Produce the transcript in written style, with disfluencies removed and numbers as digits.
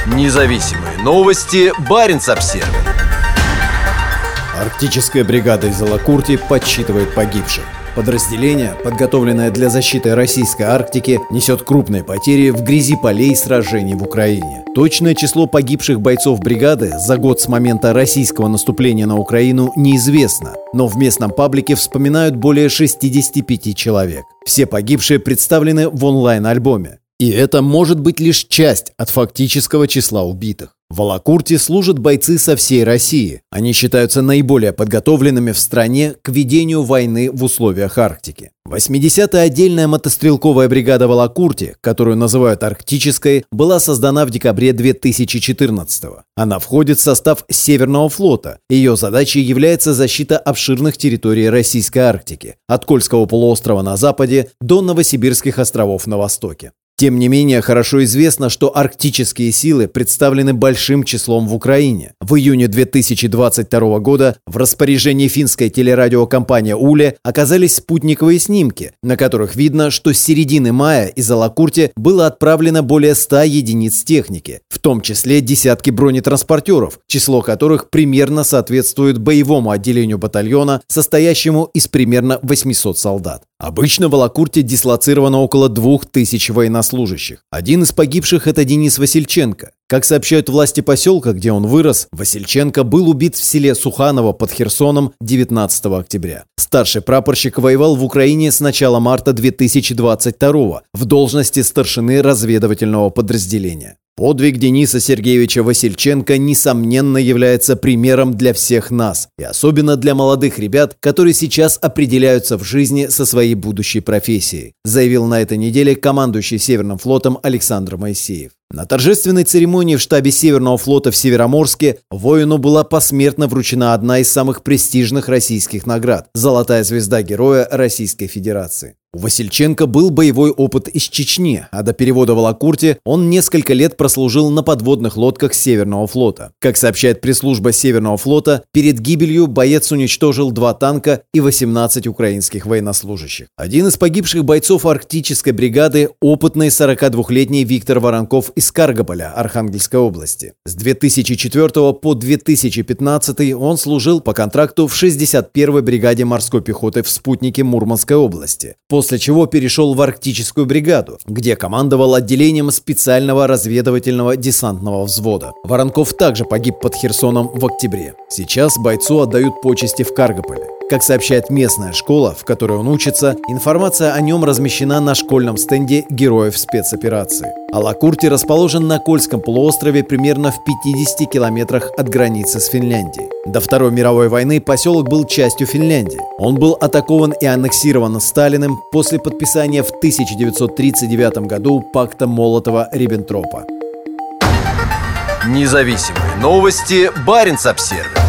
Независимые новости. Баренц-Обсервис. Арктическая бригада из Алакурти подсчитывает погибших. Подразделение, подготовленное для защиты российской Арктики, несет крупные потери в грязи полей сражений в Украине. Точное число погибших бойцов бригады за год с момента российского наступления на Украину неизвестно, но в местном паблике вспоминают более 65 человек. Все погибшие представлены в онлайн-альбоме. И это может быть лишь часть от фактического числа убитых. В Алакурте служат бойцы со всей России. Они считаются наиболее подготовленными в стране к ведению войны в условиях Арктики. 80-я отдельная мотострелковая бригада в Алакурте, которую называют Арктической, была создана в декабре 2014-го. Она входит в состав Северного флота. Ее задачей является защита обширных территорий российской Арктики, от Кольского полуострова на западе до Новосибирских островов на востоке. Тем не менее, хорошо известно, что арктические силы представлены большим числом в Украине. В июне 2022 года в распоряжении финской телерадиокомпании «Уле» оказались спутниковые снимки, на которых видно, что с середины мая из Алакурти было отправлено более 100 единиц техники, в том числе десятки бронетранспортеров, число которых примерно соответствует боевому отделению батальона, состоящему из примерно 800 солдат. Обычно в Алакурте дислоцировано около 2000 военнослужащих. Один из погибших – это Денис Васильченко. Как сообщают власти поселка, где он вырос, Васильченко был убит в селе Суханово под Херсоном 19 октября. Старший прапорщик воевал в Украине с начала марта 2022 в должности старшины разведывательного подразделения. Подвиг Дениса Сергеевича Васильченко, несомненно, является примером для всех нас, и особенно для молодых ребят, которые сейчас определяются в жизни со своей будущей профессией, заявил на этой неделе командующий Северным флотом Александр Моисеев. На торжественной церемонии в штабе Северного флота в Североморске воину была посмертно вручена одна из самых престижных российских наград – «Золотая звезда Героя Российской Федерации». У Васильченко был боевой опыт из Чечни, а до перевода в Алакурте он несколько лет прослужил на подводных лодках Северного флота. Как сообщает пресс-служба Северного флота, перед гибелью боец уничтожил 2 танка и 18 украинских военнослужащих. Один из погибших бойцов Арктической бригады – опытный 42-летний Виктор Воронков из Каргополя, Архангельской области. С 2004 по 2015 он служил по контракту в 61-й бригаде морской пехоты в Спутнике Мурманской области, после чего перешел в Арктическую бригаду, где командовал отделением специального разведывательного десантного взвода. Воронков также погиб под Херсоном в октябре. Сейчас бойцу отдают почести в Каргополе. Как сообщает местная школа, в которой он учится, информация о нем размещена на школьном стенде героев спецоперации. Алакурти расположен на Кольском полуострове примерно в 50 километрах от границы с Финляндией. До Второй мировой войны поселок был частью Финляндии. Он был атакован и аннексирован Сталиным после подписания в 1939 году пакта Молотова-Риббентропа. Независимые новости. Баренц-Обсервис.